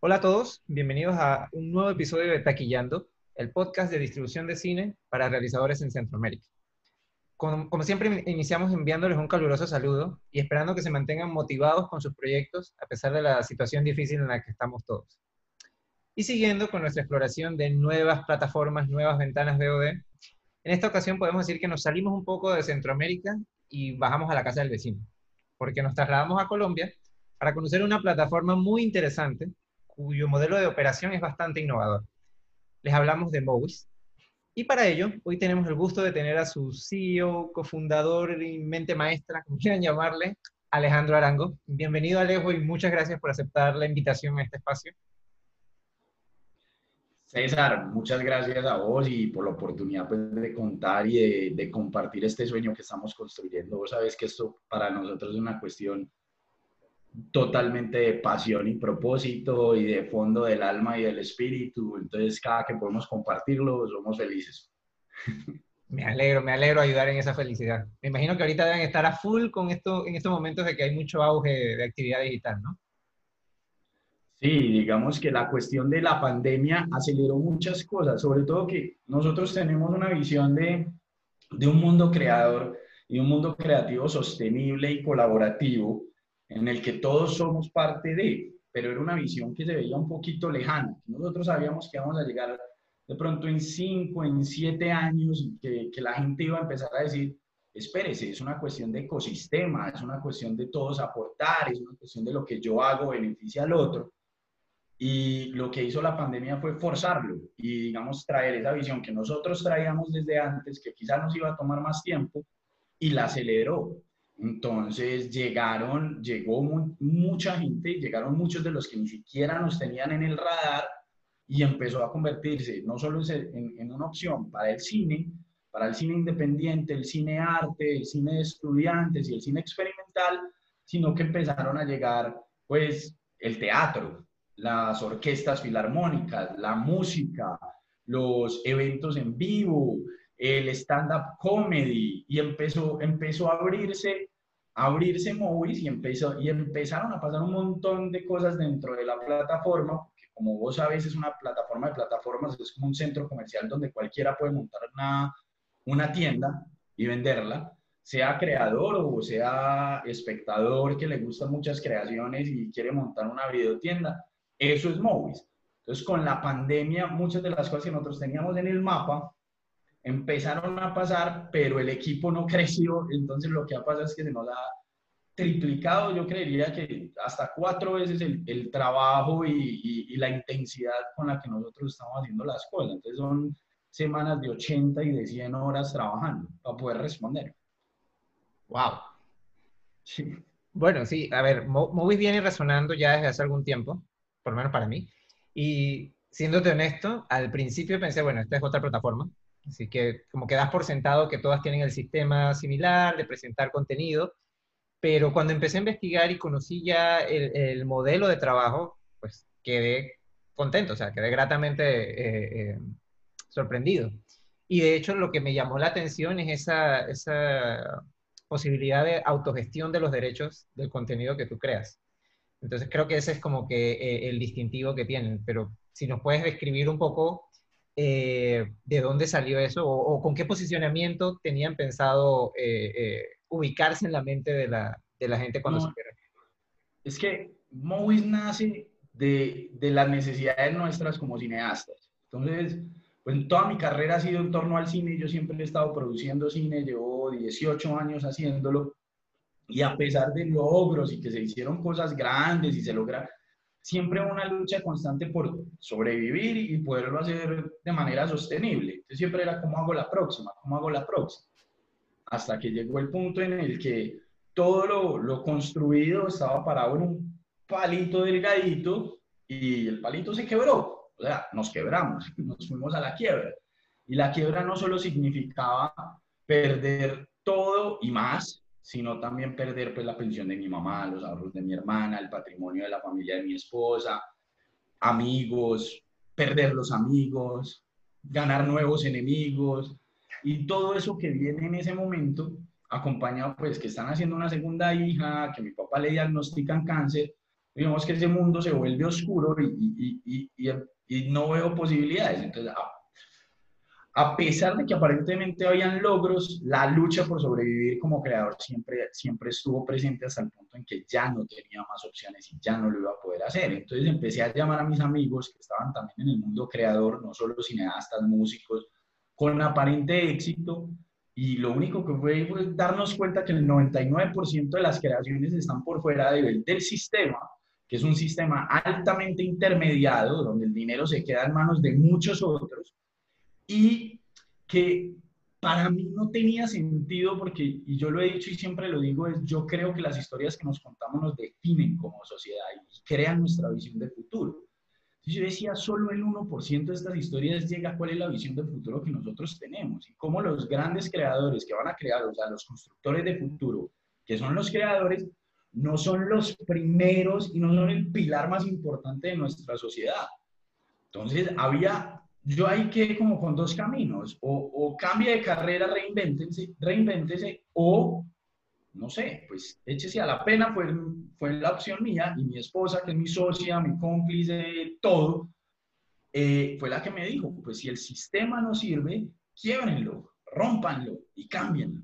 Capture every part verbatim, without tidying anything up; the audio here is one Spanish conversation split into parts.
Hola a todos, bienvenidos a un nuevo episodio de Taquillando, el podcast de distribución de cine para realizadores en Centroamérica. Como, como siempre, iniciamos enviándoles un caluroso saludo y esperando que se mantengan motivados con sus proyectos a pesar de la situación difícil en la que estamos todos. Y siguiendo con nuestra exploración de nuevas plataformas, nuevas ventanas V O D, en esta ocasión podemos decir que nos salimos un poco de Centroamérica y bajamos a la casa del vecino, porque nos trasladamos a Colombia para conocer una plataforma muy interesante cuyo modelo de operación es bastante innovador. Les hablamos de Movies. Y para ello, hoy tenemos el gusto de tener a su C E O, cofundador y mente maestra, como quieran llamarle, Alejandro Arango. Bienvenido, Alejo, y muchas gracias por aceptar la invitación a este espacio. César, muchas gracias a vos y por la oportunidad pues, de contar y de, de compartir este sueño que estamos construyendo. Vos sabés que esto para nosotros es una cuestión totalmente de pasión y propósito y de fondo del alma y del espíritu. Entonces, cada que podemos compartirlo, somos felices. Me alegro, me alegro ayudar en esa felicidad. Me imagino que ahorita deben estar a full con esto, en estos momentos de que hay mucho auge de actividad digital, ¿no? Sí, digamos que la cuestión de la pandemia aceleró muchas cosas, sobre todo que nosotros tenemos una visión de, de un mundo creador y un mundo creativo sostenible y colaborativo en el que todos somos parte de, pero era una visión que se veía un poquito lejana. Nosotros sabíamos que íbamos a llegar de pronto en cinco, en siete años, y que, que la gente iba a empezar a decir, espérese, es una cuestión de ecosistema, es una cuestión de todos aportar, es una cuestión de lo que yo hago beneficia al otro. Y lo que hizo la pandemia fue forzarlo y, digamos, traer esa visión que nosotros traíamos desde antes, que quizás nos iba a tomar más tiempo, y la aceleró. Entonces llegaron, llegó mu mucha gente, llegaron muchos de los que ni siquiera nos tenían en el radar y empezó a convertirse no solo en, en una opción para el cine, para el cine independiente, el cine arte, el cine de estudiantes y el cine experimental, sino que empezaron a llegar, pues, el teatro, las orquestas filarmónicas, la música, los eventos en vivo, el stand-up comedy, y empezó, empezó a abrirse, a abrirse Movies y, empezó, y empezaron a pasar un montón de cosas dentro de la plataforma, porque como vos sabés es una plataforma de plataformas, es como un centro comercial donde cualquiera puede montar una, una tienda y venderla, sea creador o sea espectador que le gustan muchas creaciones y quiere montar una videotienda, eso es Movies. Entonces, con la pandemia, muchas de las cosas que nosotros teníamos en el mapa empezaron a pasar, pero el equipo no creció, entonces lo que ha pasado es que se nos ha triplicado, yo creería que hasta cuatro veces el, el trabajo y, y, y la intensidad con la que nosotros estamos haciendo las cosas. Entonces son semanas de ochenta y de cien horas trabajando para poder responder. ¡Wow! Sí. Bueno, sí, a ver, Mo Movies viene resonando ya desde hace algún tiempo, por lo menos para mí. Y siéndote honesto, al principio pensé, bueno, esta es otra plataforma, así que como que das por sentado que todas tienen el sistema similar de presentar contenido, pero cuando empecé a investigar y conocí ya el, el modelo de trabajo, pues quedé contento, o sea, quedé gratamente eh, eh, sorprendido. Y de hecho lo que me llamó la atención es esa, esa posibilidad de autogestión de los derechos del contenido que tú creas. Entonces creo que ese es como que eh, el distintivo que tienen, pero si nos puedes describir un poco eh, de dónde salió eso o, o, con qué posicionamiento tenían pensado eh, eh, ubicarse en la mente de la, de la gente cuando se No, quiera. es que Movies nace de, de las necesidades nuestras como cineastas. Entonces, pues toda mi carrera ha sido en torno al cine, yo siempre he estado produciendo cine, llevo dieciocho años haciéndolo, y a pesar de logros y que se hicieron cosas grandes y se logra, siempre una lucha constante por sobrevivir y poderlo hacer de manera sostenible. Entonces siempre era cómo hago la próxima, cómo hago la próxima. Hasta que llegó el punto en el que todo lo, lo construido estaba parado en un palito delgadito y el palito se quebró. O sea, nos quebramos, nos fuimos a la quiebra. Y la quiebra no solo significaba perder todo y más, sino también perder pues, la pensión de mi mamá, los ahorros de mi hermana, el patrimonio de la familia de mi esposa, amigos, perder los amigos, ganar nuevos enemigos y todo eso que viene en ese momento, acompañado pues que están haciendo una segunda hija, que mi papá le diagnostican cáncer, digamos que ese mundo se vuelve oscuro y, y, y, y, y no veo posibilidades. Entonces, a, a pesar de que aparentemente habían logros, la lucha por sobrevivir como creador siempre, siempre estuvo presente hasta el punto en que ya no tenía más opciones y ya no lo iba a poder hacer. Entonces empecé a llamar a mis amigos que estaban también en el mundo creador, no solo cineastas, músicos, con aparente éxito, y lo único que fue fue darnos cuenta que el noventa y nueve por ciento de las creaciones están por fuera de, del sistema, que es un sistema altamente intermediado, donde el dinero se queda en manos de muchos otros, y que para mí no tenía sentido porque, y yo lo he dicho y siempre lo digo, es yo creo que las historias que nos contamos nos definen como sociedad y crean nuestra visión de futuro. Entonces yo decía, solo el uno por ciento de estas historias llega a cuál es la visión de futuro que nosotros tenemos y cómo los grandes creadores que van a crear, o sea, los constructores de futuro, que son los creadores, no son los primeros y no son el pilar más importante de nuestra sociedad. Entonces había, yo ahí quedé como con dos caminos, o, o cambie de carrera, reinvéntese, reinvéntese, o no sé, pues échese a la pena, fue, fue la opción mía, y mi esposa, que es mi socia, mi cómplice, todo, eh, fue la que me dijo, pues si el sistema no sirve, quiébrenlo, rómpanlo y cámbienlo.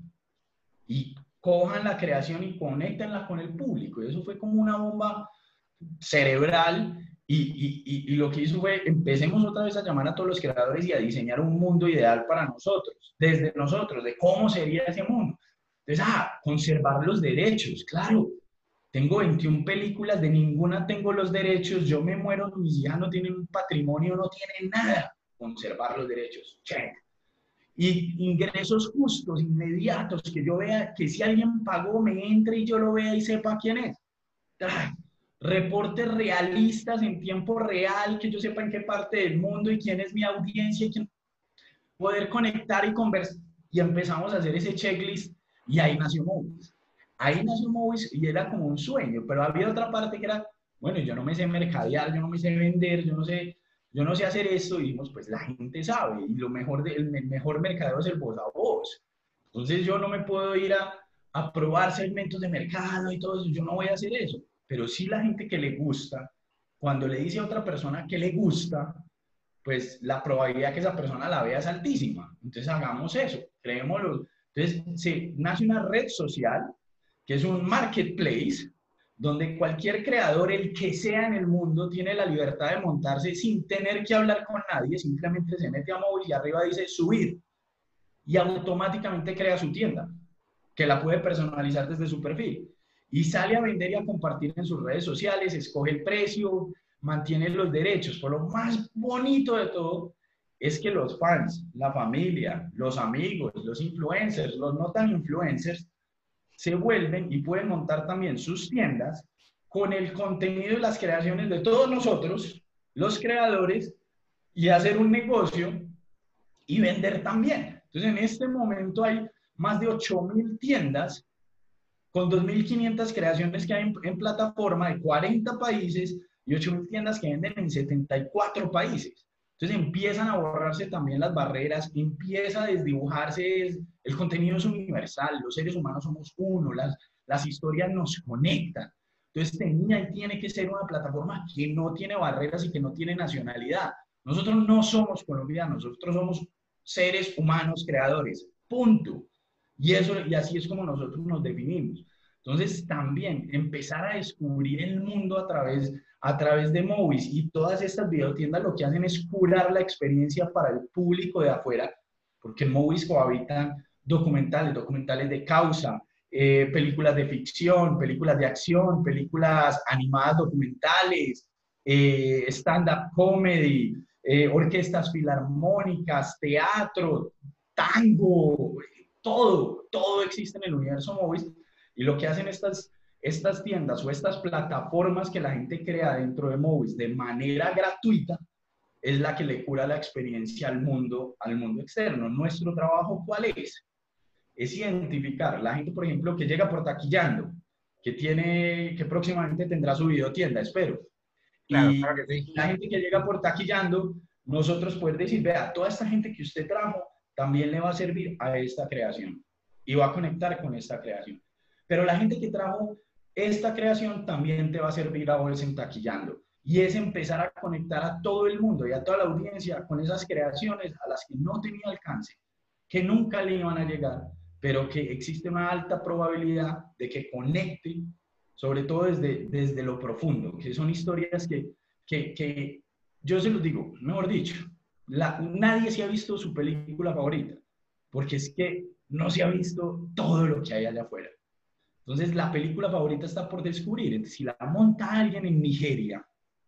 Y cojan la creación y conéctenla con el público. Y eso fue como una bomba cerebral. Y, y, y, y lo que hizo fue, empecemos otra vez a llamar a todos los creadores y a diseñar un mundo ideal para nosotros, desde nosotros, de cómo sería ese mundo. Entonces, ah, conservar los derechos, claro. Tengo veintiuna películas, de ninguna tengo los derechos, yo me muero, mis hijas no tienen un patrimonio, no tienen nada. Conservar los derechos, check. Y ingresos justos, inmediatos, que yo vea, que si alguien pagó, me entre y yo lo vea y sepa quién es. Ay, reportes realistas en tiempo real, que yo sepa en qué parte del mundo y quién es mi audiencia, y quién... poder conectar y conversar. Y empezamos a hacer ese checklist y ahí nació Movies. Ahí nació Movies y era como un sueño, pero había otra parte que era, bueno, yo no me sé mercadear, yo no me sé vender, yo no sé, yo no sé hacer esto, y dijimos, pues la gente sabe, y lo mejor de, el mejor mercadeo es el voz a voz. Entonces yo no me puedo ir a, a probar segmentos de mercado y todo eso, yo no voy a hacer eso, pero sí la gente que le gusta, cuando le dice a otra persona que le gusta, pues la probabilidad que esa persona la vea es altísima. Entonces hagamos eso, creémoslo. Entonces se nace una red social que es un marketplace donde cualquier creador, el que sea en el mundo, tiene la libertad de montarse sin tener que hablar con nadie, simplemente se mete a móvil y arriba dice subir y automáticamente crea su tienda, que la puede personalizar desde su perfil. Y sale a vender y a compartir en sus redes sociales, escoge el precio, mantiene los derechos. Por lo más bonito de todo es que los fans, la familia, los amigos, los influencers, los no tan influencers, se vuelven y pueden montar también sus tiendas con el contenido y las creaciones de todos nosotros, los creadores, y hacer un negocio y vender también. Entonces, en este momento hay más de ocho mil tiendas con dos mil quinientas creaciones que hay en, en plataforma de cuarenta países y ocho mil tiendas que venden en setenta y cuatro países. Entonces empiezan a borrarse también las barreras, empieza a desdibujarse, el, el contenido es universal, los seres humanos somos uno, las, las historias nos conectan. Entonces tenía y tiene que ser una plataforma que no tiene barreras y que no tiene nacionalidad. Nosotros no somos colombianos, nosotros somos seres humanos creadores, punto. Y, eso, y así es como nosotros nos definimos. Entonces, también empezar a descubrir el mundo a través, a través de Movies, y todas estas videotiendas lo que hacen es curar la experiencia para el público de afuera, porque en Movies cohabitan documentales, documentales de causa, eh, películas de ficción, películas de acción, películas animadas documentales, eh, stand-up comedy, eh, orquestas filarmónicas, teatro, tango, todo, todo existe en el universo Movies. Y lo que hacen estas, estas tiendas o estas plataformas que la gente crea dentro de Movies de manera gratuita es la que le cura la experiencia al mundo, al mundo externo. Nuestro trabajo, ¿cuál es? Es identificar la gente, por ejemplo, que llega por Taquillando, que tiene, que próximamente tendrá su videotienda, espero. Claro, Y claro que sí. la gente que llega por Taquillando, nosotros poder decir, vea, toda esta gente que usted trajo también le va a servir a esta creación y va a conectar con esta creación. Pero la gente que trajo esta creación también te va a servir a vos en Taquillando. Y es empezar a conectar a todo el mundo y a toda la audiencia con esas creaciones a las que no tenía alcance, que nunca le iban a llegar, pero que existe una alta probabilidad de que conecte, sobre todo desde, desde lo profundo, que son historias que, que, que yo se los digo, mejor dicho, la, nadie se ha visto su película favorita, porque es que no se ha visto todo lo que hay allá afuera. Entonces, la película favorita está por descubrir. Si la monta alguien en Nigeria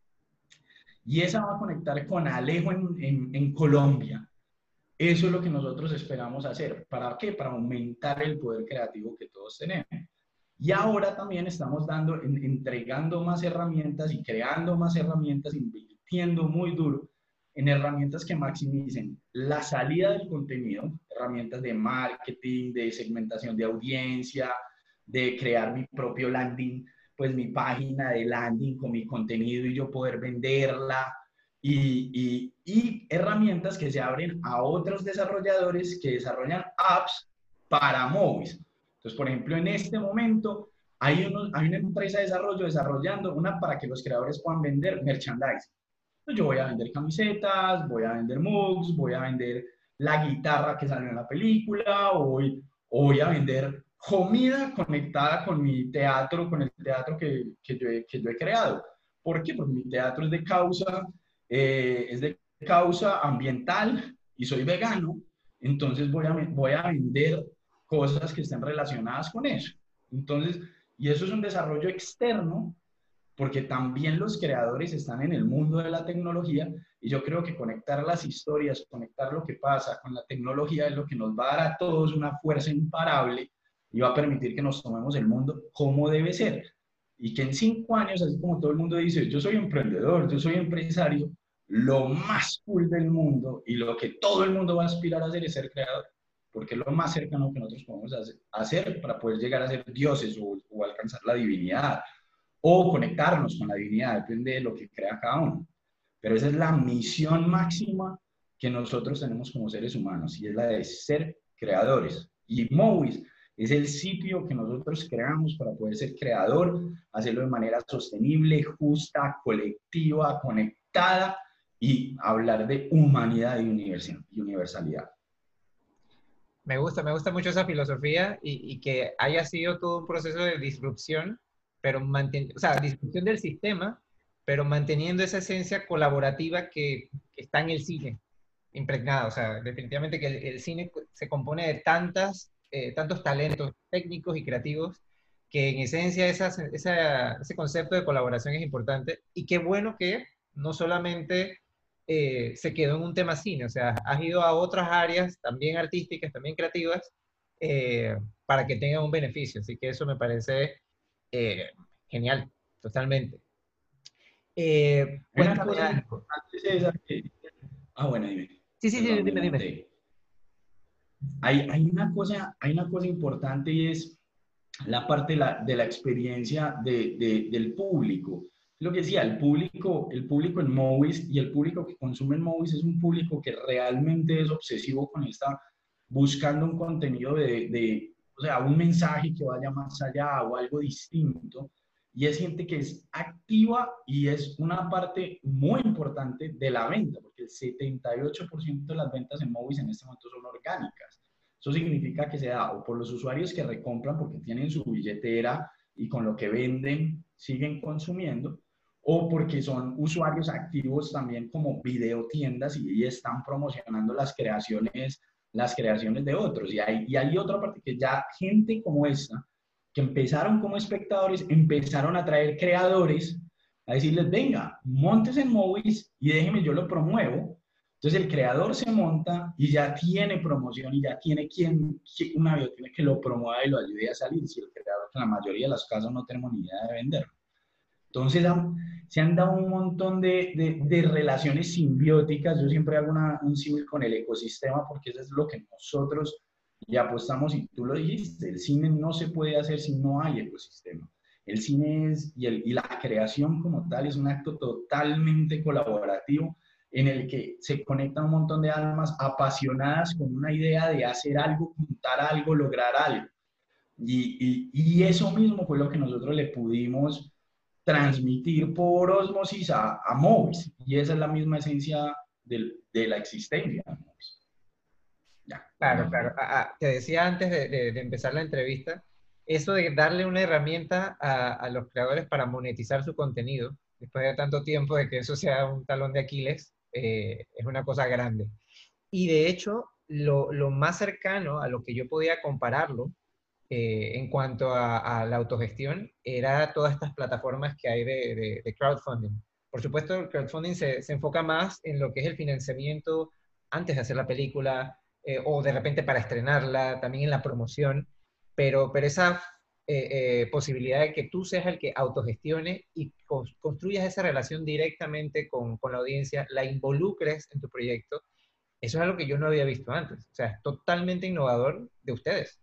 y esa va a conectar con Alejo en, en, en Colombia, eso es lo que nosotros esperamos hacer. ¿Para qué? Para aumentar el poder creativo que todos tenemos. Y ahora también estamos dando, en, entregando más herramientas y creando más herramientas, invirtiendo muy duro en herramientas que maximicen la salida del contenido, herramientas de marketing, de segmentación de audiencia, de crear mi propio landing, pues mi página de landing con mi contenido y yo poder venderla, y, y, y herramientas que se abren a otros desarrolladores que desarrollan apps para móviles. Entonces, por ejemplo, en este momento hay, unos, hay una empresa de desarrollo desarrollando una para que los creadores puedan vender merchandising. Entonces, yo voy a vender camisetas, voy a vender mugs, voy a vender la guitarra que salió en la película, o voy, o voy a vender comida conectada con mi teatro, con el teatro que, que, yo, he, que yo he creado. ¿Por qué? Porque mi teatro es de causa, eh, es de causa ambiental y soy vegano, entonces voy a, voy a vender cosas que estén relacionadas con eso. Entonces, y eso es un desarrollo externo, porque también los creadores están en el mundo de la tecnología, y yo creo que conectar las historias, conectar lo que pasa con la tecnología es lo que nos va a dar a todos una fuerza imparable y va a permitir que nos tomemos el mundo como debe ser. Y que en cinco años, así como todo el mundo dice, yo soy emprendedor, yo soy empresario, lo más cool del mundo y lo que todo el mundo va a aspirar a hacer es ser creador, porque es lo más cercano que nosotros podemos hacer para poder llegar a ser dioses o, o alcanzar la divinidad, o conectarnos con la divinidad, depende de lo que crea cada uno. Pero esa es la misión máxima que nosotros tenemos como seres humanos, y es la de ser creadores. Y Movies es el sitio que nosotros creamos para poder ser creador, hacerlo de manera sostenible, justa, colectiva, conectada, y hablar de humanidad y universalidad. Me gusta, me gusta mucho esa filosofía, y, y que haya sido todo un proceso de disrupción, pero manteniendo, o sea, disrupción del sistema, pero manteniendo esa esencia colaborativa que, que está en el cine, impregnada. O sea, definitivamente que el, el cine se compone de tantas, eh, tantos talentos técnicos y creativos, que en esencia esa, esa, ese concepto de colaboración es importante, y qué bueno que no solamente eh, se quedó en un tema cine, o sea, has ido a otras áreas también artísticas, también creativas, eh, para que tengan un beneficio. Así que eso me parece eh, genial, totalmente. Eh, Una cuéntame cosa algo. importante es esa que... Ah, bueno, dime. Sí, sí, sí, Perdón, me dime, dime. monté. Hay, hay, una cosa, hay una cosa importante, y es la parte de la, de la experiencia de, de, del público. Lo que decía, el público, el público en Movies y el público que consume en Movies es un público que realmente es obsesivo con esta, buscando un contenido de, de, o sea, un mensaje que vaya más allá o algo distinto. Y es gente que es activa y es una parte muy importante de la venta, porque el setenta y ocho por ciento de las ventas en Movies en este momento son orgánicas. Eso significa que se da o por los usuarios que recompran porque tienen su billetera y con lo que venden siguen consumiendo, o porque son usuarios activos también como videotiendas y, y están promocionando las creaciones, las creaciones de otros. Y hay, y hay otra parte que ya gente como esta, que empezaron como espectadores, empezaron a traer creadores a decirles, venga, montes en Movies y déjeme, yo lo promuevo. Entonces el creador se monta y ya tiene promoción y ya tiene quien, una biotienda que lo promueva y lo ayude a salir, si el creador, que en la mayoría de los casos no tenemos ni idea de venderlo. Entonces han, se han dado un montón de, de, de relaciones simbióticas. Yo siempre hago una, un símil con el ecosistema, porque eso es lo que nosotros ya apostamos, y tú lo dijiste, el cine no se puede hacer si no hay ecosistema. El cine es, y, el, y la creación como tal es un acto totalmente colaborativo, en el que se conectan un montón de almas apasionadas con una idea de hacer algo, contar algo, lograr algo. Y, y, y eso mismo fue lo que nosotros le pudimos transmitir por osmosis a, a Movis. Y esa es la misma esencia del, de la existencia. Ya, Claro, perdón. claro. Ah, ah, te decía antes de, de- de empezar la entrevista, eso de darle una herramienta a, a los creadores para monetizar su contenido, después de tanto tiempo de que eso sea un talón de Aquiles, eh, es una cosa grande. Y de hecho, lo, lo más cercano a lo que yo podía compararlo eh, en cuanto a, a la autogestión era todas estas plataformas que hay de, de- de crowdfunding. Por supuesto, el crowdfunding se, se enfoca más en lo que es el financiamiento antes de hacer la película eh, o de repente para estrenarla, también en la promoción, pero, pero esa eh, eh, posibilidad de que tú seas el que autogestione y cons- construyas esa relación directamente con, con la audiencia, la involucres en tu proyecto, eso es algo que yo no había visto antes. O sea, es totalmente innovador de ustedes.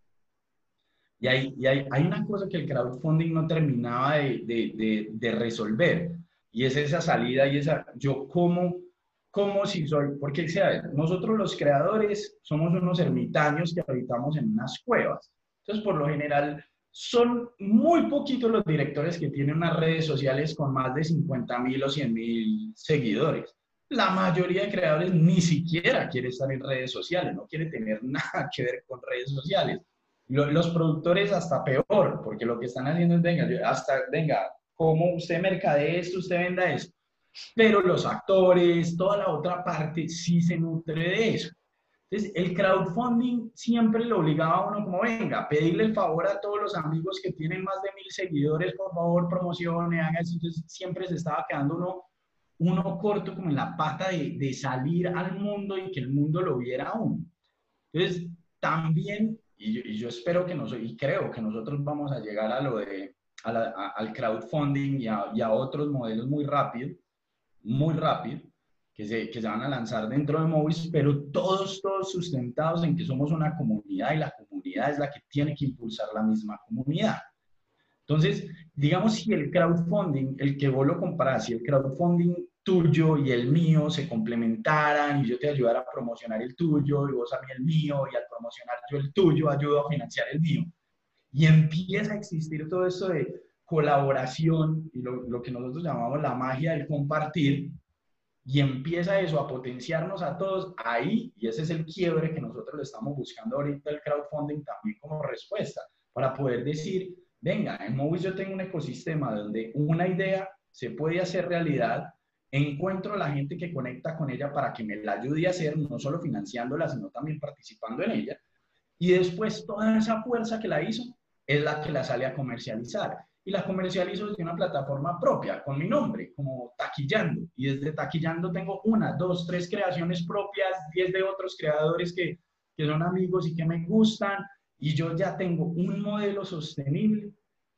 Y hay, y hay, hay una cosa que el crowdfunding no terminaba de, de, de, de resolver, y es esa salida y esa, yo como, como si soy, porque sea, nosotros los creadores somos unos ermitaños que habitamos en unas cuevas. Entonces, por lo general, son muy poquitos los directores que tienen unas redes sociales con más de cincuenta mil o cien mil seguidores. La mayoría de creadores ni siquiera quiere estar en redes sociales, no quiere tener nada que ver con redes sociales. Los productores hasta peor, porque lo que están haciendo es, venga, hasta, venga, ¿cómo usted mercadee esto, usted venda esto? Pero los actores, toda la otra parte, sí se nutre de eso. Entonces, el crowdfunding siempre lo obligaba a uno como, venga, pedirle el favor a todos los amigos que tienen más de mil seguidores, por favor, promocione, haga eso. Entonces, siempre se estaba quedando uno, uno corto como en la pata de, de salir al mundo y que el mundo lo viera a uno. Entonces, también, y yo, y yo espero que nosotros, y creo que nosotros vamos a llegar a lo de, a la, a, al crowdfunding y a, y a, otros modelos muy rápido, muy rápido, que se, que se van a lanzar dentro de Movis, pero todos, todos sustentados en que somos una comunidad y la comunidad es la que tiene que impulsar la misma comunidad. Entonces, digamos, si el crowdfunding, el que vos lo comparás, si el crowdfunding tuyo y el mío se complementaran y yo te ayudara a promocionar el tuyo y vos a mí el mío y al promocionar yo el tuyo ayudo a financiar el mío. Y empieza a existir todo esto de colaboración y lo, lo que nosotros llamamos la magia del compartir y empieza eso a potenciarnos a todos ahí y ese es el quiebre que nosotros le estamos buscando ahorita el crowdfunding también como respuesta para poder decir, venga, en Movis yo tengo un ecosistema donde una idea se puede hacer realidad, encuentro a la gente que conecta con ella para que me la ayude a hacer, no solo financiándola, sino también participando en ella, y después toda esa fuerza que la hizo es la que la sale a comercializar. Y la comercializo desde una plataforma propia, con mi nombre, como Taquillando. Y desde Taquillando tengo una, dos, tres creaciones propias, diez de otros creadores que, que son amigos y que me gustan. Y yo ya tengo un modelo sostenible,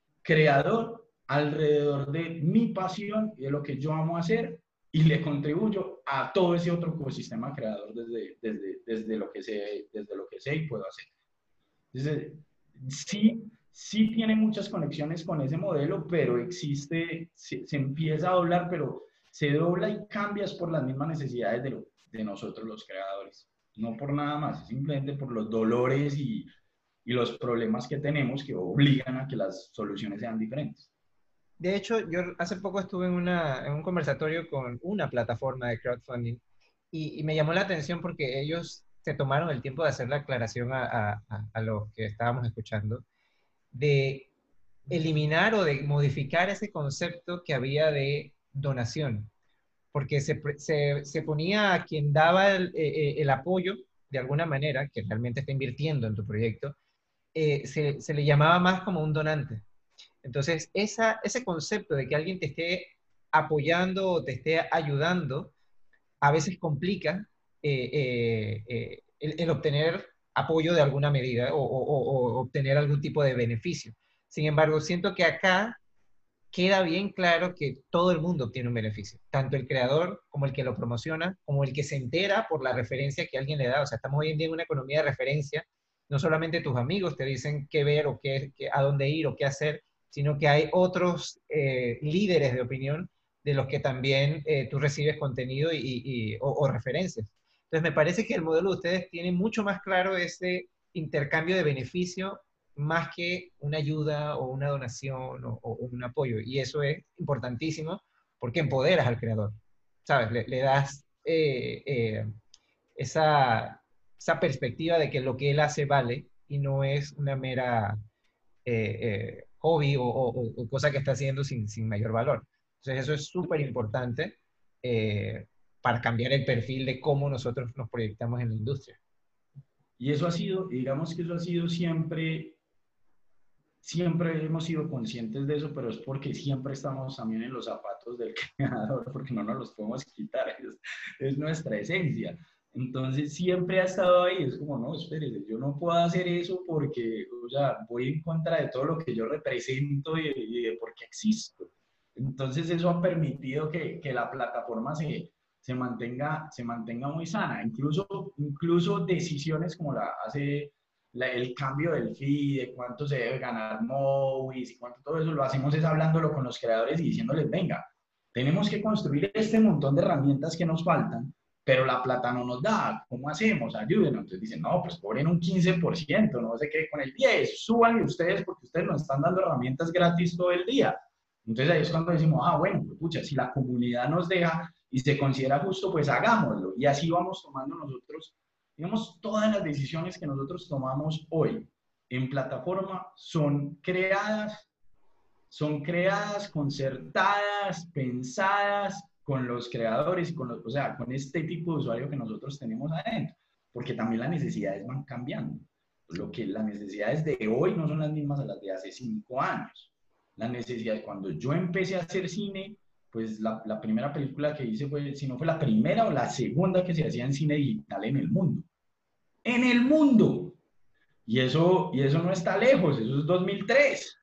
creador, alrededor de mi pasión y de lo que yo amo hacer y le contribuyo a todo ese otro ecosistema creador desde, desde, desde, lo, que sé, desde lo que sé y puedo hacer. Entonces, sí, sí tiene muchas conexiones con ese modelo, pero existe, se, se empieza a doblar, pero se dobla y cambias por las mismas necesidades de, lo, de nosotros los creadores. No por nada más, simplemente por los dolores y, y los problemas que tenemos que obligan a que las soluciones sean diferentes. De hecho, yo hace poco estuve en, una, en un conversatorio con una plataforma de crowdfunding y, y me llamó la atención porque ellos se tomaron el tiempo de hacer la aclaración a, a, a a los que estábamos escuchando, de eliminar o de modificar ese concepto que había de donación, porque se, se, se ponía a quien daba el, eh, el, apoyo de alguna manera, que realmente está invirtiendo en tu proyecto, eh, se, se le llamaba más como un donante. Entonces, esa, ese concepto de que alguien te esté apoyando o te esté ayudando, a veces complica eh, eh, eh, el, el, obtener apoyo de alguna medida o, o, o, obtener algún tipo de beneficio. Sin embargo, siento que acá queda bien claro que todo el mundo obtiene un beneficio, tanto el creador como el que lo promociona, como el que se entera por la referencia que alguien le da. O sea, estamos hoy en día en una economía de referencia. No solamente tus amigos te dicen qué ver o qué, qué, a dónde ir o qué hacer, sino que hay otros eh, líderes de opinión de los que también eh, tú recibes contenido y, y, o, o referencias. Entonces, me parece que el modelo de ustedes tiene mucho más claro ese intercambio de beneficio más que una ayuda o una donación o, o un apoyo. Y eso es importantísimo porque empoderas al creador, ¿sabes? Le, le das eh, eh, esa, esa perspectiva de que lo que él hace vale y no es una mera eh, eh, hobby o, o- o cosa que está haciendo sin, sin mayor valor. Entonces eso es súper importante eh, para cambiar el perfil de cómo nosotros nos proyectamos en la industria. Y eso ha sido, digamos que eso ha sido siempre, siempre hemos sido conscientes de eso, pero es porque siempre estamos también en los zapatos del creador, porque no nos los podemos quitar, es, es nuestra esencia. Entonces siempre ha estado ahí, es como, no, espérese, yo no puedo hacer eso porque, o sea, voy en contra de todo lo que yo represento y, y de por qué existo. Entonces eso ha permitido que, que la plataforma se, se, mantenga, se mantenga muy sana. Incluso, incluso decisiones como la hace la, el cambio del fee, de cuánto se debe ganar Movies y cuánto todo eso, lo hacemos es hablándolo con los creadores y diciéndoles, venga, tenemos que construir este montón de herramientas que nos faltan, pero la plata no nos da, ¿cómo hacemos? Ayúdenos. Entonces dicen, no, pues cobren un quince por ciento, no se quede con el diez por ciento, suban ustedes porque ustedes nos están dando herramientas gratis todo el día. Entonces ahí es cuando decimos, ah, bueno, pues, pucha, si la comunidad nos deja y se considera justo, pues hagámoslo. Y así vamos tomando nosotros, digamos, todas las decisiones que nosotros tomamos hoy en plataforma son creadas, son creadas, concertadas, pensadas con los creadores, con los, o sea, con este tipo de usuario que nosotros tenemos adentro, porque también las necesidades van cambiando. Lo que las necesidades de hoy no son las mismas a las de hace cinco años. Las necesidades, cuando yo empecé a hacer cine, pues la, la primera película que hice fue, si no fue la primera o la segunda que se hacía en cine digital en el mundo. ¡En el mundo! Y eso, y eso no está lejos, eso es dos mil tres,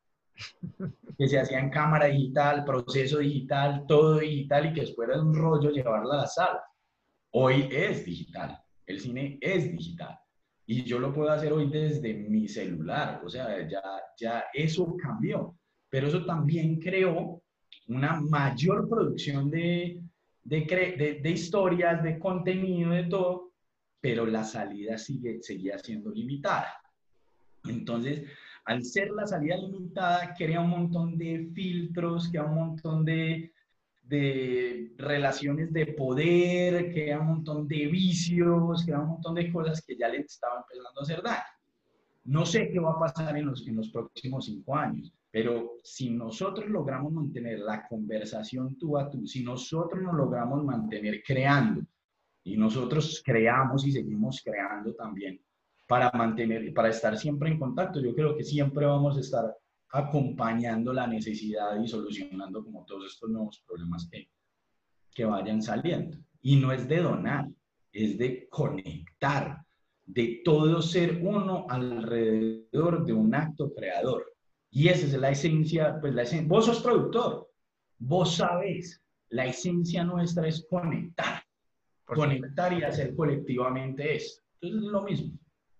que se hacía en cámara digital, proceso digital, todo digital y que después era un rollo llevarla a la sala. Hoy es digital, el cine es digital y yo lo puedo hacer hoy desde mi celular, o sea, ya, ya eso cambió, pero eso también creó una mayor producción de, de, de, de historias, de contenido, de todo, pero la salida sigue, seguía siendo limitada. Entonces, al ser la salida limitada, crea un montón de filtros, crea un montón de, de relaciones de poder, crea un montón de vicios, crea un montón de cosas que ya le estaban empezando a hacer daño. No sé qué va a pasar en los, en los próximos cinco años, pero si nosotros logramos mantener la conversación tú a tú, si nosotros nos logramos mantener creando, y nosotros creamos y seguimos creando también para mantener, para estar siempre en contacto. Yo creo que siempre vamos a estar acompañando la necesidad y solucionando como todos estos nuevos problemas que, que vayan saliendo. Y no es de donar, es de conectar, de todo ser uno alrededor de un acto creador. Y esa es la esencia, pues la esencia. Vos sos productor, vos sabés, la esencia nuestra es conectar, Por supuesto. conectar y hacer colectivamente esto. Entonces es lo mismo.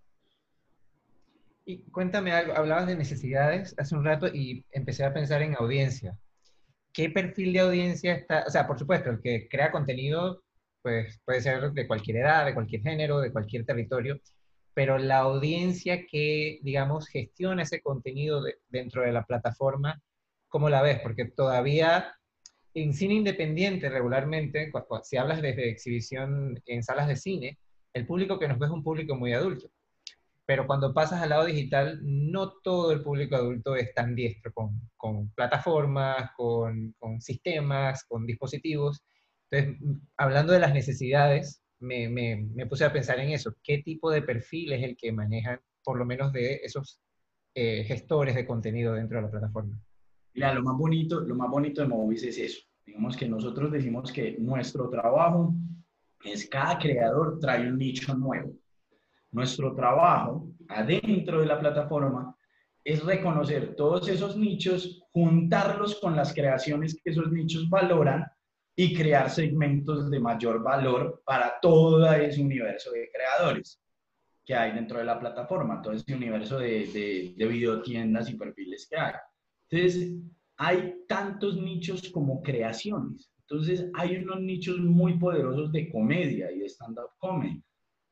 Y cuéntame algo, hablabas de necesidades hace un rato y empecé a pensar en audiencia. ¿Qué perfil de audiencia está? O sea, por supuesto, el que crea contenido, pues puede ser de cualquier edad, de cualquier género, de cualquier territorio, pero la audiencia que, digamos, gestiona ese contenido de- dentro de la plataforma, ¿cómo la ves? Porque todavía en cine independiente, regularmente, cu- cu- si hablas desde exhibición en salas de cine, el público que nos ve es un público muy adulto. Pero cuando pasas al lado digital, no todo el público adulto es tan diestro con, con plataformas, con, con sistemas, con dispositivos. Entonces, m- hablando de las necesidades, me, me, me puse a pensar en eso. ¿Qué tipo de perfil es el que manejan, por lo menos de esos eh, gestores de contenido dentro de la plataforma? Mira, lo más bonito, lo más bonito de Movies es eso. Digamos que nosotros decimos que nuestro trabajo es cada creador trae un nicho nuevo. Nuestro trabajo adentro de la plataforma es reconocer todos esos nichos, juntarlos con las creaciones que esos nichos valoran y crear segmentos de mayor valor para todo ese universo de creadores que hay dentro de la plataforma, todo ese universo de, de, de videotiendas y perfiles que hay. Entonces, hay tantos nichos como creaciones. Entonces, hay unos nichos muy poderosos de comedia y de stand-up comedy.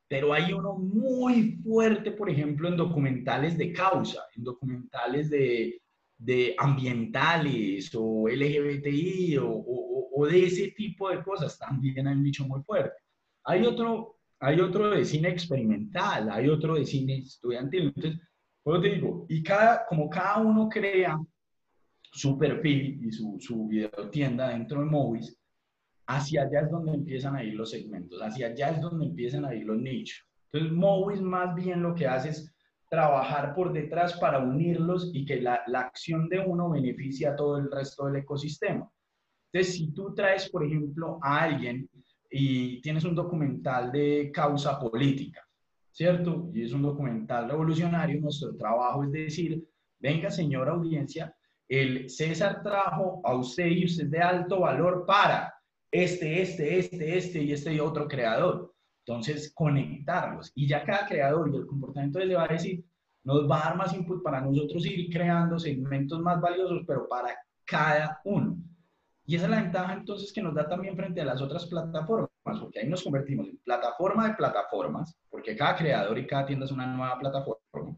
pero hay uno muy fuerte, por ejemplo, en documentales de causa, en documentales de, de ambientales o L G B T I o, o, o de ese tipo de cosas, también hay un nicho muy fuerte. Hay otro, hay otro de cine experimental, hay otro de cine estudiantil. Entonces, pues te digo, y cada, como cada uno crea su perfil y su, su videotienda dentro de Movies, hacia allá es donde empiezan a ir los segmentos, hacia allá es donde empiezan a ir los nichos. Entonces, Movies más bien lo que hace es trabajar por detrás para unirlos y que la, la acción de uno beneficie a todo el resto del ecosistema. Entonces, si tú traes, por ejemplo, a alguien y tienes un documental de causa política, ¿cierto? Y es un documental revolucionario, nuestro trabajo es decir, venga, señora audiencia, el César trajo a usted y usted es de alto valor para este, este, este, este y este y otro creador. Entonces, conectarlos. Y ya cada creador y el comportamiento le va a decir, nos va a dar más input para nosotros ir creando segmentos más valiosos, pero para cada uno. Y esa es la ventaja entonces que nos da también frente a las otras plataformas, porque ahí nos convertimos en plataforma de plataformas, porque cada creador y cada tienda es una nueva plataforma.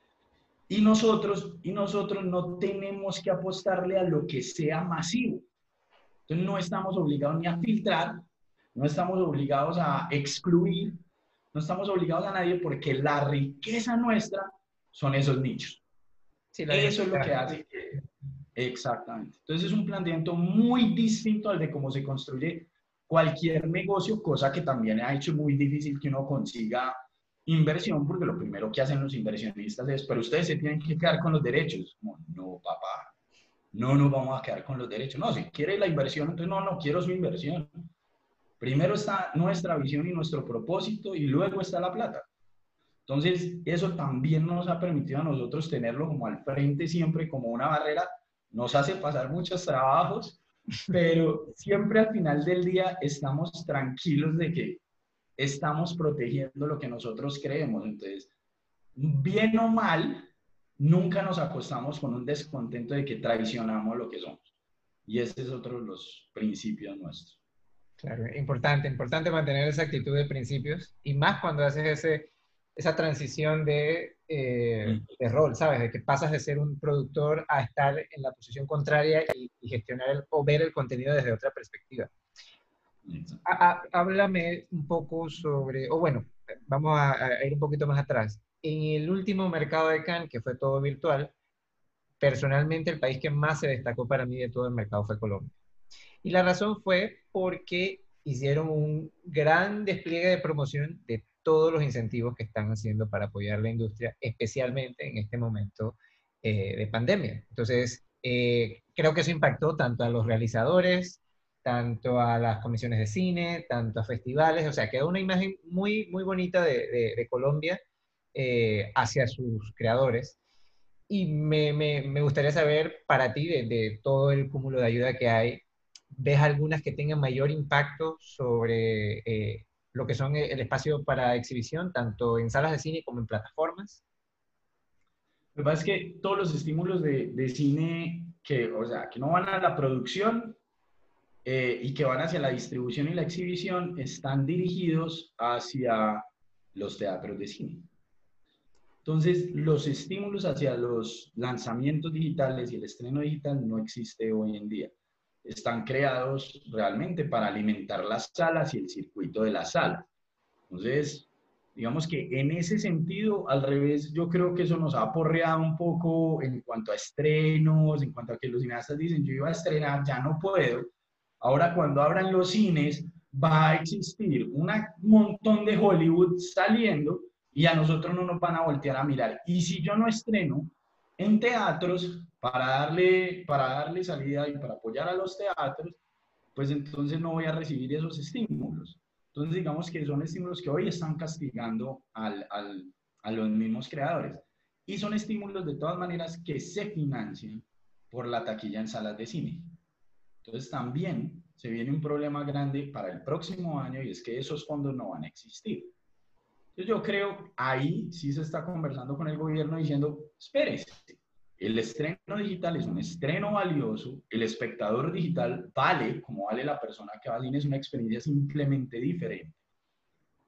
Y nosotros, y nosotros no tenemos que apostarle a lo que sea masivo. Entonces no estamos obligados ni a filtrar, no estamos obligados a excluir, no estamos obligados a nadie porque la riqueza nuestra son esos nichos. Sí, la Eso es lo que diversidad. hace que... Exactamente. Entonces es un planteamiento muy distinto al de cómo se construye cualquier negocio, cosa que también ha hecho muy difícil que uno consiga inversión, porque lo primero que hacen los inversionistas es, pero ustedes se tienen que quedar con los derechos. No, no, papá, no nos vamos a quedar con los derechos. No, si quiere la inversión, entonces no, no quiero su inversión. Primero está nuestra visión y nuestro propósito y luego está la plata. Entonces, eso también nos ha permitido a nosotros tenerlo como al frente siempre como una barrera. Nos hace pasar muchos trabajos, pero siempre al final del día estamos tranquilos de que estamos protegiendo lo que nosotros creemos. Entonces, bien o mal, nunca nos acostamos con un descontento de que traicionamos lo que somos. Y ese es otro de los principios nuestros. Claro, importante, importante mantener esa actitud de principios y más cuando haces ese, esa transición de, eh, Mm. de rol, ¿sabes? De que pasas de ser un productor a estar en la posición contraria y, y gestionar el- o ver el contenido desde otra perspectiva. Exacto. Há- há- háblame un poco sobre, o bueno, vamos a, a ir un poquito más atrás. En el último mercado de Cannes, que fue todo virtual, personalmente el país que más se destacó para mí de todo el mercado fue Colombia. Y la razón fue porque hicieron un gran despliegue de promoción de todos los incentivos que están haciendo para apoyar la industria, especialmente en este momento eh, de pandemia. Entonces, eh, creo que eso impactó tanto a los realizadores, tanto a las comisiones de cine, tanto a festivales, o sea, quedó una imagen muy, muy bonita de, de, de Colombia eh, hacia sus creadores. Y me, me, me gustaría saber para ti, de, de todo el cúmulo de ayuda que hay, ¿ves algunas que tengan mayor impacto sobre eh, lo que son el espacio para exhibición, tanto en salas de cine como en plataformas? Lo que pasa es que todos los estímulos de, de cine que, o sea, que no van a la producción eh, y que van hacia la distribución y la exhibición están dirigidos hacia los teatros de cine. Entonces, los estímulos hacia los lanzamientos digitales y el estreno digital no existe hoy en día. Están creados realmente para alimentar las salas y el circuito de la sala. Entonces, digamos que en ese sentido, al revés, yo creo que eso nos ha aporreado un poco en cuanto a estrenos, en cuanto a que los cineastas dicen, yo iba a estrenar, ya no puedo. Ahora, cuando abran los cines, va a existir un montón de Hollywood saliendo y a nosotros no nos van a voltear a mirar. Y si yo no estreno en teatros para darle, para darle salida y para apoyar a los teatros, pues entonces no voy a recibir esos estímulos. Entonces, digamos que son estímulos que hoy están castigando al, al, a los mismos creadores. Y son estímulos de todas maneras que se financian por la taquilla en salas de cine. Entonces, también se viene un problema grande para el próximo año y es que esos fondos no van a existir. Entonces, yo creo ahí sí se está conversando con el gobierno diciendo, espérese, el estreno digital es un estreno valioso, el espectador digital vale como vale la persona que va al cine, es una experiencia simplemente diferente.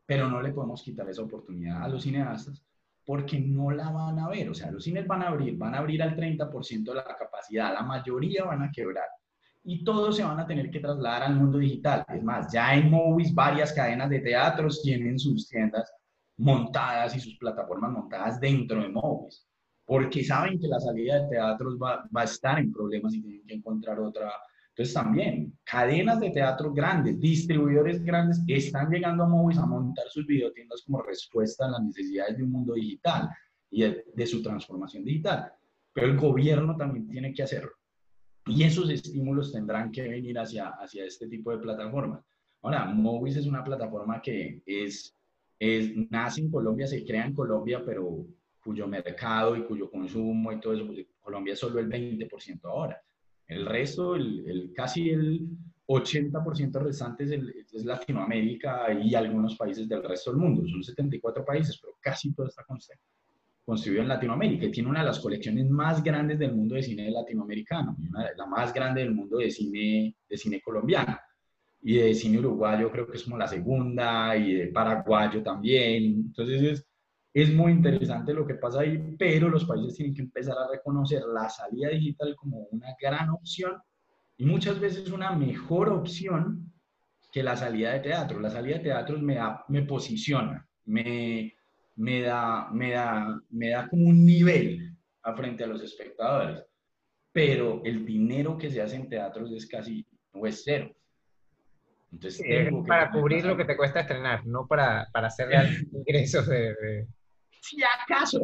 pero no le podemos quitar esa oportunidad a los cineastas porque no la van a ver. O sea, los cines van a abrir, van a abrir al treinta por ciento de la capacidad, la mayoría van a quebrar y todos se van a tener que trasladar al mundo digital. Es más, ya en Movies varias cadenas de teatros tienen sus tiendas montadas y sus plataformas montadas dentro de Movies, porque saben que la salida de teatros va, va a estar en problemas y tienen que encontrar otra. Entonces también, cadenas de teatro grandes, distribuidores grandes, están llegando a Movies a montar sus videotiendas como respuesta a las necesidades de un mundo digital y de, de su transformación digital. Pero el gobierno también tiene que hacerlo. Y esos estímulos tendrán que venir hacia, hacia este tipo de plataformas. Ahora, Movies es una plataforma que es, es, nace en Colombia, se crea en Colombia, pero cuyo mercado y cuyo consumo y todo eso, pues Colombia es solo el veinte por ciento ahora. El resto, el, el, casi el ochenta por ciento restante es, el, es Latinoamérica y algunos países del resto del mundo. Son setenta y cuatro países, pero casi todo está construido en Latinoamérica y tiene una de las colecciones más grandes del mundo de cine latinoamericano, y una, la más grande del mundo de cine, de cine colombiano. Y de cine uruguayo creo que es como la segunda, y de paraguayo también. Entonces es, es muy interesante lo que pasa ahí, pero los países tienen que empezar a reconocer la salida digital como una gran opción y muchas veces una mejor opción que la salida de teatro. La salida de teatro me, da, me posiciona, me, me, da, me, da, me da como un nivel a frente a los espectadores, pero el dinero que se hace en teatros es casi, no es cero. Entonces Sí, es tengo que para poner cubrir más lo que ahí. te cuesta estrenar, no para, para hacer realmente ingresos de, de... Si acaso,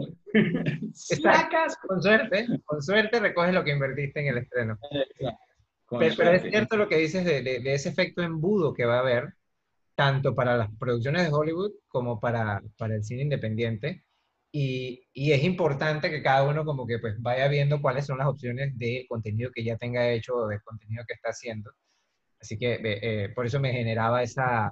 si Exacto. acaso. Con suerte, con suerte recoges lo que invertiste en el estreno. Con Pero, pero es suerte. cierto lo que dices de, de, de ese efecto embudo que va a haber, tanto para las producciones de Hollywood como para, para el cine independiente. Y, y es importante que cada uno como que pues vaya viendo cuáles son las opciones de contenido que ya tenga hecho o de contenido que está haciendo. Así que eh, por eso me generaba esa,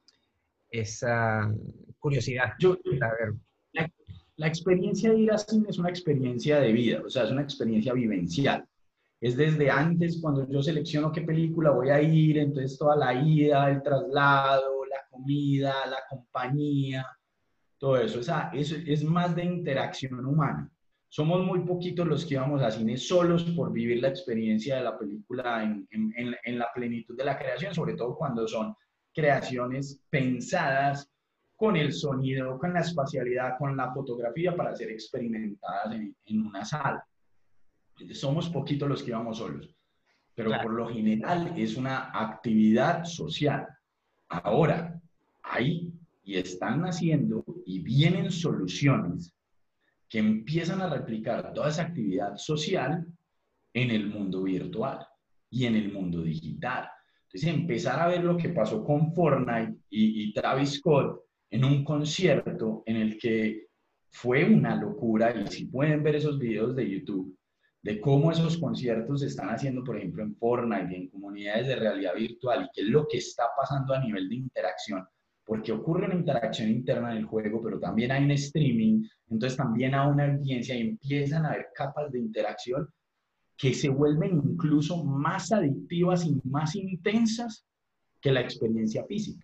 esa curiosidad Yo, de saber. la, la experiencia de ir a cine es una experiencia de vida, o sea, es una experiencia vivencial. Es desde antes, cuando yo selecciono qué película voy a ir, entonces toda la ida, el traslado, la comida, la compañía, todo eso. O sea, eso es más de interacción humana. Somos muy poquitos los que íbamos a cine solos por vivir la experiencia de la película en, en, en, en la plenitud de la creación, sobre todo cuando son creaciones pensadas con el sonido, con la espacialidad, con la fotografía para ser experimentadas en, en una sala. Somos poquitos los que íbamos solos, pero Claro, por lo general es una actividad social. Ahora, hay y están naciendo y vienen soluciones que empiezan a replicar toda esa actividad social en el mundo virtual y en el mundo digital. Entonces, empezar a ver lo que pasó con Fortnite y, y Travis Scott en un concierto en el que fue una locura, y si pueden ver esos videos de YouTube, de cómo esos conciertos se están haciendo, por ejemplo, en Fortnite y en comunidades de realidad virtual, y qué es lo que está pasando a nivel de interacción, porque ocurre una interacción interna en el juego, pero también hay un streaming, entonces también hay una audiencia y empiezan a haber capas de interacción que se vuelven incluso más adictivas y más intensas que la experiencia física.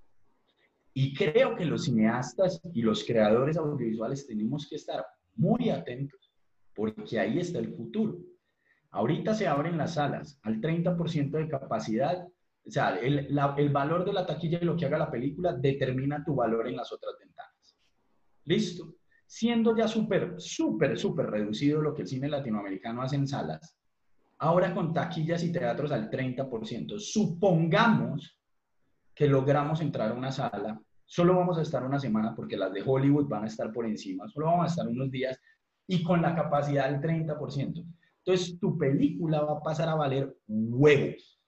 Y creo que los cineastas y los creadores audiovisuales tenemos que estar muy atentos, porque ahí está el futuro. Ahorita se abren las salas al treinta por ciento de capacidad, o sea, el, la, el valor de la taquilla y lo que haga la película determina tu valor en las otras ventanas. ¿Listo? Siendo ya súper, súper, súper reducido lo que el cine latinoamericano hace en salas, ahora con taquillas y teatros al treinta por ciento. Supongamos que logramos entrar a una sala, solo vamos a estar una semana porque las de Hollywood van a estar por encima, solo vamos a estar unos días y con la capacidad del treinta por ciento. Entonces tu película va a pasar a valer huevos,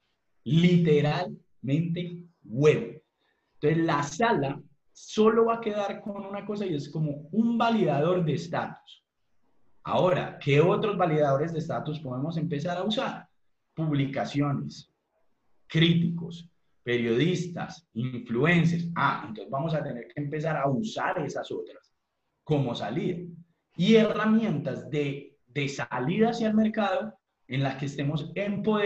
literalmente huevos. Entonces la sala solo va a quedar con una cosa y es como un validador de estatus. Ahora, ¿qué otros validadores de estatus podemos empezar a usar? Publicaciones, críticos, periodistas, influencers. Ah, entonces vamos a tener que empezar a usar esas otras como salida. Y herramientas de, de salida hacia el mercado en las que estemos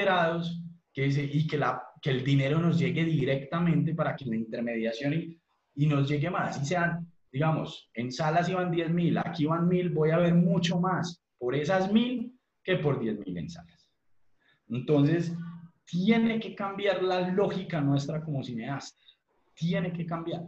empoderados que, y que, la, que el dinero nos llegue directamente para que la intermediación y y nos llegue más. Y sean, digamos, en salas iban diez mil, aquí van mil, voy a ver mucho más por esas mil que por diez mil en salas. Entonces, tiene que cambiar la lógica nuestra como cineastas. Tiene que cambiar.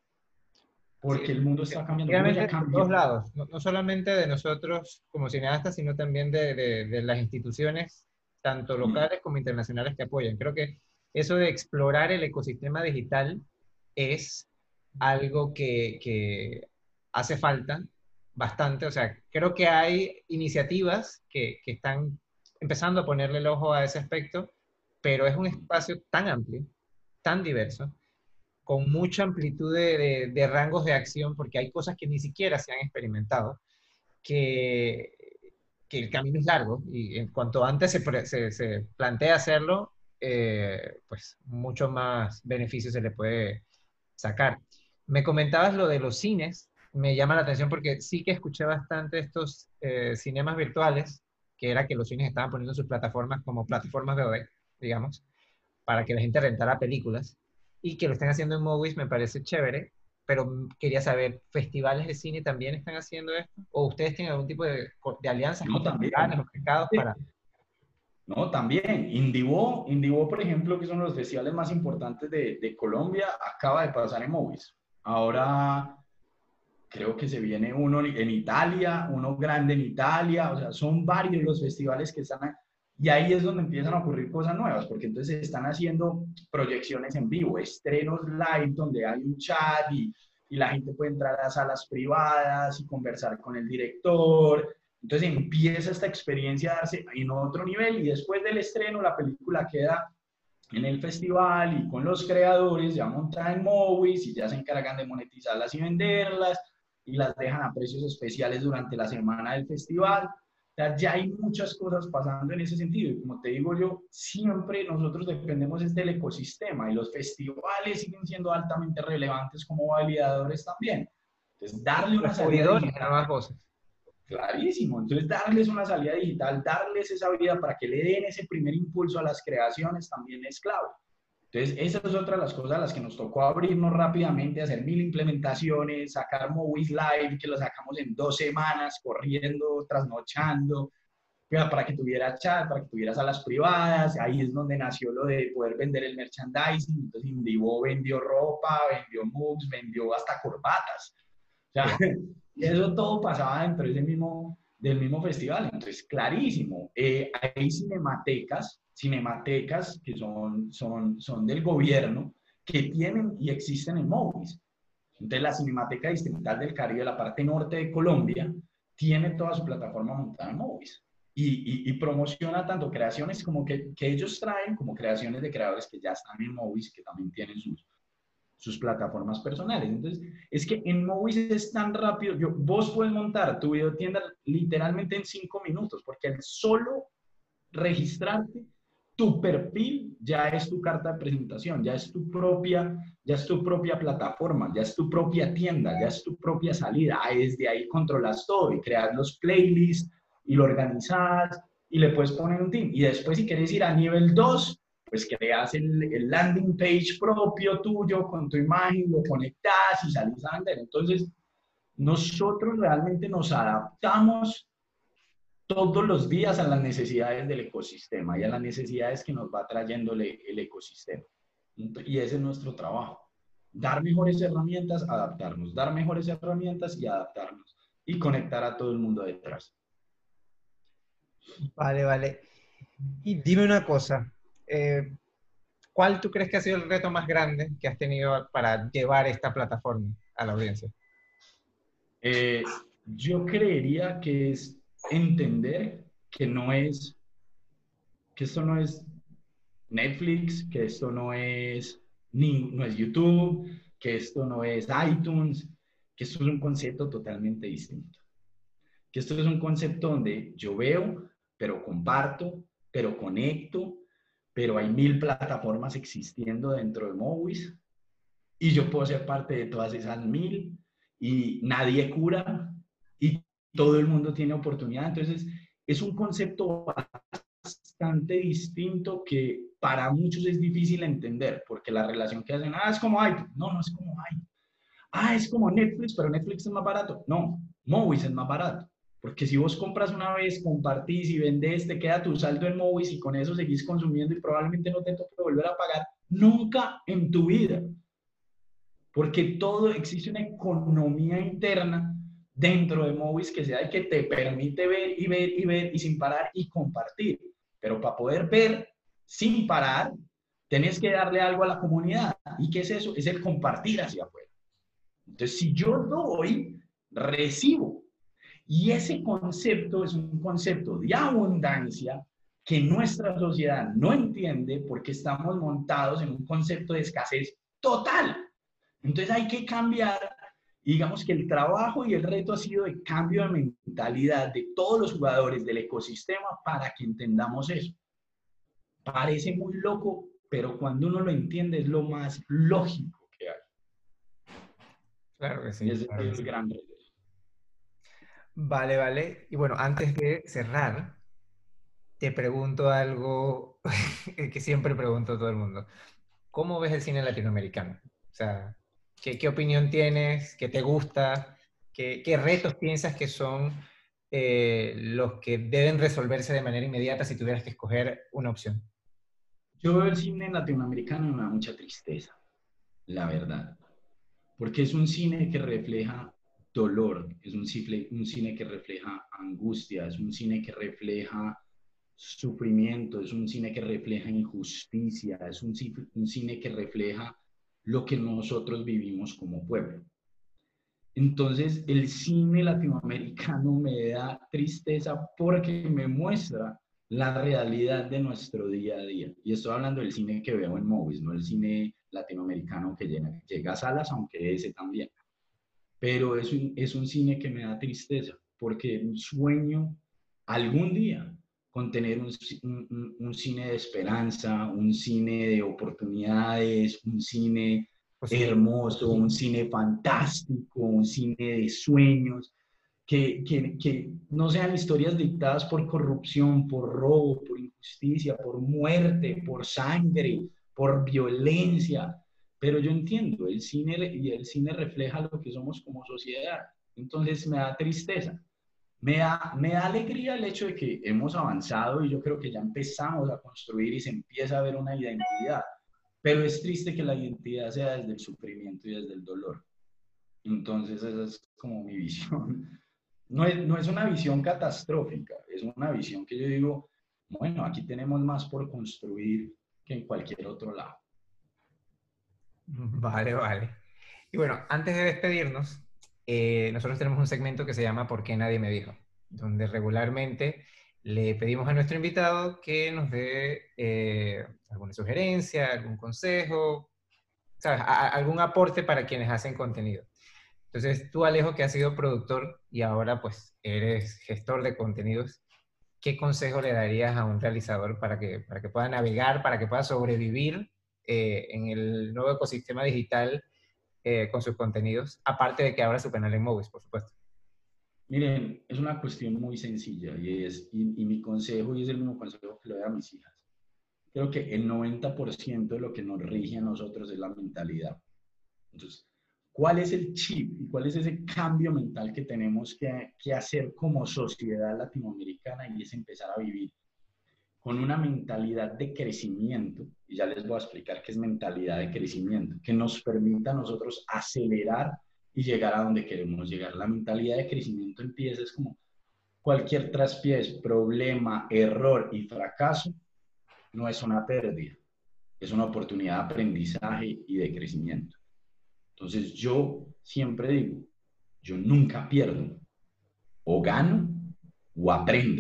Sí, Porque el mundo está cambiando. Uno efectivamente, ya de todos cambió. lados, no, no solamente de nosotros como cineastas, sino también de, de, de las instituciones, tanto Mm. locales como internacionales que apoyan. Creo que eso de explorar el ecosistema digital es algo que, que hace falta bastante. O sea, creo que hay iniciativas que, que están empezando a ponerle el ojo a ese aspecto, pero es un espacio tan amplio, tan diverso, con mucha amplitud de, de, de rangos de acción, porque hay cosas que ni siquiera se han experimentado, que, que el camino es largo y en cuanto antes se, pre- se, se plantea hacerlo, eh, pues mucho más beneficio se le puede sacar. Me comentabas lo de los cines, me llama la atención porque sí que escuché bastante estos eh, cinemas virtuales, que era que los cines estaban poniendo sus plataformas como plataformas V O D, digamos, para que la gente rentara películas y que lo estén haciendo en Movies me parece chévere, pero quería saber, ¿festivales de cine también están haciendo esto? ¿O ustedes tienen algún tipo de, de alianzas No, con festivales también. o mercados para... No, también. Indivo, Indivo, por ejemplo, que son los festivales más importantes de, de Colombia, acaba de pasar en Movies. Ahora creo que se viene uno en Italia, uno grande en Italia, o sea, son varios los festivales que están, y ahí es donde empiezan a ocurrir cosas nuevas, porque entonces están haciendo proyecciones en vivo, estrenos live, donde hay un chat y, y la gente puede entrar a salas privadas y conversar con el director. Entonces empieza esta experiencia a darse en otro nivel y después del estreno la película queda en el festival y con los creadores ya montada en Movies y ya se encargan de monetizarlas y venderlas y las dejan a precios especiales durante la semana del festival. O sea, ya hay muchas cosas pasando en ese sentido. Y como te digo yo, siempre nosotros dependemos del ecosistema y los festivales siguen siendo altamente relevantes como validadores también. Entonces, darle una salida Descubridores de digital. nuevas voces. Clarísimo. Entonces, darles una salida digital, darles esa vida para que le den ese primer impulso a las creaciones también es clave. Entonces, esa es otra de las cosas a las que nos tocó abrirnos rápidamente, hacer mil implementaciones, sacar Movies Live, que lo sacamos en dos semanas, corriendo, trasnochando, para que tuviera chat, para que tuviera salas privadas. Ahí es donde nació lo de poder vender el merchandising. Entonces, Indivo vendió ropa, vendió mugs, vendió hasta corbatas. O sea, y eso todo pasaba dentro del mismo, del mismo festival. Entonces, clarísimo, eh, hay cinematecas, cinematecas que son, son, son del gobierno, que tienen y existen en Movies. Entonces, la Cinemateca Distrital del Caribe, la parte norte de Colombia, tiene toda su plataforma montada en Movies. Y, y, y promociona tanto creaciones como que, que ellos traen, como creaciones de creadores que ya están en Movies, que también tienen sus, sus plataformas personales. Entonces, es que en Movies es tan rápido. Yo, vos puedes montar tu videotienda literalmente en cinco minutos, porque el solo registrarte, tu perfil ya es tu carta de presentación, ya es tu propia, ya es tu propia plataforma, ya es tu propia tienda, ya es tu propia salida. Ahí, desde ahí controlas todo y creas los playlists y lo organizas y le puedes poner un team. Y después, si quieres ir a nivel dos, pues creas el, el landing page propio tuyo con tu imagen, lo conectas y salís a vender. Entonces, nosotros realmente nos adaptamos todos los días a las necesidades del ecosistema y a las necesidades que nos va trayéndole el ecosistema. Y ese es nuestro trabajo. Dar mejores herramientas, adaptarnos. Dar mejores herramientas y adaptarnos. Y conectar a todo el mundo detrás. Vale, vale. Y dime una cosa, eh, ¿cuál tú crees que ha sido el reto más grande que has tenido para llevar esta plataforma a la audiencia? Eh, yo creería que es entender que no es, que esto no es Netflix, que esto no es, ni, no es YouTube, que esto no es iTunes, que esto es un concepto totalmente distinto. Que esto es un concepto donde yo veo, pero comparto, pero conecto, pero hay mil plataformas existiendo dentro de Movies y yo puedo ser parte de todas esas mil y nadie cura y todo el mundo tiene oportunidad. Entonces, es un concepto bastante distinto que para muchos es difícil entender porque la relación que hacen, ah, es como iTunes. No, no es como iTunes. Ah, es como Netflix, pero Netflix es más barato. No, Movies es más barato. Porque si vos compras una vez, compartís y vendés, te queda tu saldo en Movies y con eso seguís consumiendo y probablemente no te toque volver a pagar nunca en tu vida. Porque todo, existe una economía interna dentro de Movies que sea el que te permite ver y ver y ver y sin parar y compartir. Pero para poder ver sin parar, tenés que darle algo a la comunidad. ¿Y qué es eso? Es el compartir hacia afuera. Entonces, si yo doy, recibo. Y ese concepto es un concepto de abundancia que nuestra sociedad no entiende porque estamos montados en un concepto de escasez total. Entonces hay que cambiar, digamos que el trabajo y el reto ha sido de cambio de mentalidad de todos los jugadores del ecosistema para que entendamos eso. Parece muy loco, pero cuando uno lo entiende es lo más lógico que hay. Claro que sí, Y ese claro que es el sí. gran reto. Vale, vale. Y bueno, antes de cerrar, te pregunto algo que siempre pregunto a todo el mundo. ¿Cómo ves el cine latinoamericano? O sea, ¿qué, qué opinión tienes? ¿Qué te gusta? ¿Qué, qué retos piensas que son eh, los que deben resolverse de manera inmediata si tuvieras que escoger una opción? Yo veo el cine latinoamericano y me da mucha tristeza, la verdad, porque es un cine que refleja dolor, es un cine, un cine que refleja angustia, es un cine que refleja sufrimiento, es un cine que refleja injusticia, es un, un cine que refleja lo que nosotros vivimos como pueblo. Entonces, el cine latinoamericano me da tristeza porque me muestra la realidad de nuestro día a día. Y estoy hablando del cine que veo en Movies, no el cine latinoamericano que llega, llega a salas, aunque ese también. Pero es un, es un cine que me da tristeza porque sueño algún día con tener un, un, un cine de esperanza, un cine de oportunidades, un cine Positivo. hermoso, un cine fantástico, un cine de sueños, que, que, que, no sean historias dictadas por corrupción, por robo, por injusticia, por muerte, por sangre, por violencia. Pero yo entiendo, el cine, y el cine refleja lo que somos como sociedad. Entonces me da tristeza. Me da, me da alegría el hecho de que hemos avanzado y yo creo que ya empezamos a construir y se empieza a ver una identidad. Pero es triste que la identidad sea desde el sufrimiento y desde el dolor. Entonces esa es como mi visión. No es, no es una visión catastrófica, es una visión que yo digo, bueno, aquí tenemos más por construir que en cualquier otro lado. Vale, vale. Y bueno, antes de despedirnos, eh, nosotros tenemos un segmento que se llama ¿Por qué nadie me dijo? Donde regularmente le pedimos a nuestro invitado que nos dé eh, alguna sugerencia, algún consejo, ¿sabes? A- a- algún aporte para quienes hacen contenido. Entonces, tú, Alejo, que has sido productor y ahora pues eres gestor de contenidos, ¿qué consejo le darías a un realizador para que, para que pueda navegar, para que pueda sobrevivir eh, en el nuevo ecosistema digital eh, con sus contenidos, aparte de que abra su canal en Movies, por supuesto? Miren, es una cuestión muy sencilla y, es, y, y mi consejo, y es el mismo consejo que le doy a mis hijas. Creo que el noventa por ciento de lo que nos rige a nosotros es la mentalidad. Entonces, ¿cuál es el chip y cuál es ese cambio mental que tenemos que, que hacer como sociedad latinoamericana? Y es empezar a vivir con una mentalidad de crecimiento, y ya les voy a explicar qué es mentalidad de crecimiento, que nos permita a nosotros acelerar y llegar a donde queremos llegar. La mentalidad de crecimiento empieza, es como cualquier traspiés, problema, error y fracaso, no es una pérdida, es una oportunidad de aprendizaje y de crecimiento. Entonces yo siempre digo, yo nunca pierdo, o gano o aprendo.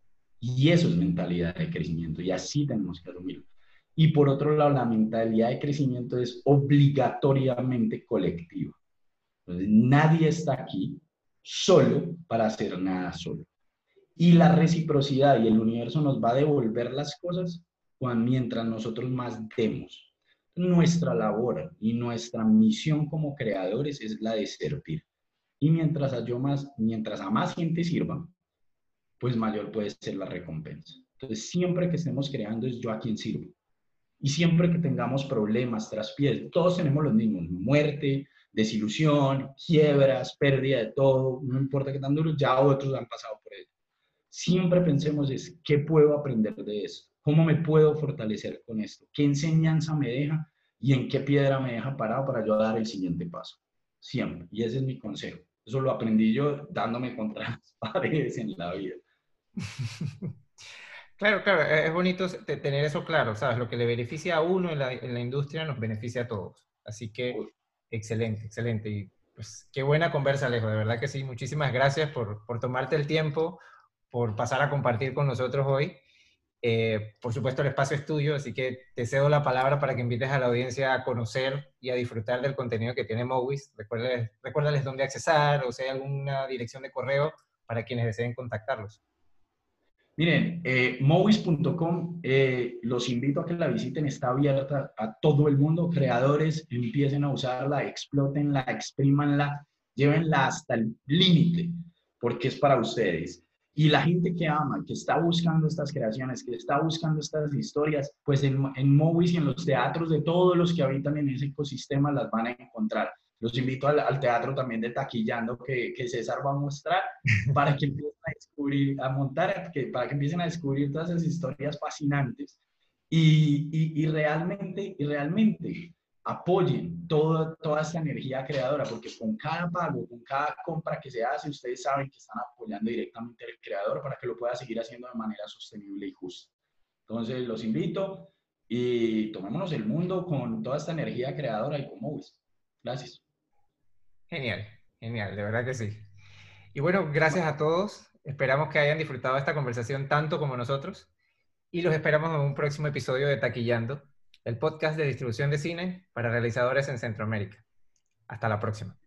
Y eso es mentalidad de crecimiento y así tenemos que asumirlo. Y por otro lado, la mentalidad de crecimiento es obligatoriamente colectiva. Entonces, nadie está aquí solo para hacer nada solo. Y la reciprocidad y el universo nos va a devolver las cosas cuando, mientras nosotros más demos. Nuestra labor y nuestra misión como creadores es la de servir. Y mientras a, yo más, mientras a más gente sirva, pues mayor puede ser la recompensa. Entonces, siempre que estemos creando es yo a quien sirvo. Y siempre que tengamos problemas, traspiés, todos tenemos los mismos, muerte, desilusión, quiebras, pérdida de todo, no importa qué tan duro, ya otros han pasado por ello. Siempre pensemos es, ¿qué puedo aprender de esto? ¿Cómo me puedo fortalecer con esto? ¿Qué enseñanza me deja y en qué piedra me deja parado para yo dar el siguiente paso? Siempre. Y ese es mi consejo. Eso lo aprendí yo dándome contra las paredes en la vida. Claro, claro, es bonito tener eso claro, ¿sabes? Lo que le beneficia a uno en la, en la industria nos beneficia a todos. Así que, excelente, excelente. Y pues qué buena conversa, Alejo, de verdad que sí. Muchísimas gracias por, por tomarte el tiempo, por pasar a compartir con nosotros hoy. Eh, por supuesto, el espacio es tuyo, así que te cedo la palabra para que invites a la audiencia a conocer y a disfrutar del contenido que tiene Mowis. Recuérdales, recuérdales dónde accesar o si hay alguna dirección de correo para quienes deseen contactarlos. Miren, eh, mowis punto com, eh, los invito a que la visiten, está abierta a todo el mundo, creadores, empiecen a usarla, explótenla, exprímanla, llévenla hasta el límite, porque es para ustedes. Y la gente que ama, que está buscando estas creaciones, que está buscando estas historias, pues en, en Mowis y en los teatros de todos los que habitan en ese ecosistema las van a encontrar. Los invito al, al teatro también de Taquillando que, que César va a mostrar para que empiecen a descubrir, a montar, que, para que empiecen a descubrir todas esas historias fascinantes y, y, y realmente, y realmente apoyen toda, toda esta energía creadora, porque con cada pago, con cada compra que se hace, ustedes saben que están apoyando directamente al creador para que lo pueda seguir haciendo de manera sostenible y justa. Entonces, los invito y tomémonos el mundo con toda esta energía creadora y con Mowis. Gracias. Genial, genial, de verdad que sí. Y bueno, gracias a todos. Esperamos que hayan disfrutado esta conversación tanto como nosotros. Y los esperamos en un próximo episodio de Taquillando, el podcast de distribución de cine para realizadores en Centroamérica. Hasta la próxima.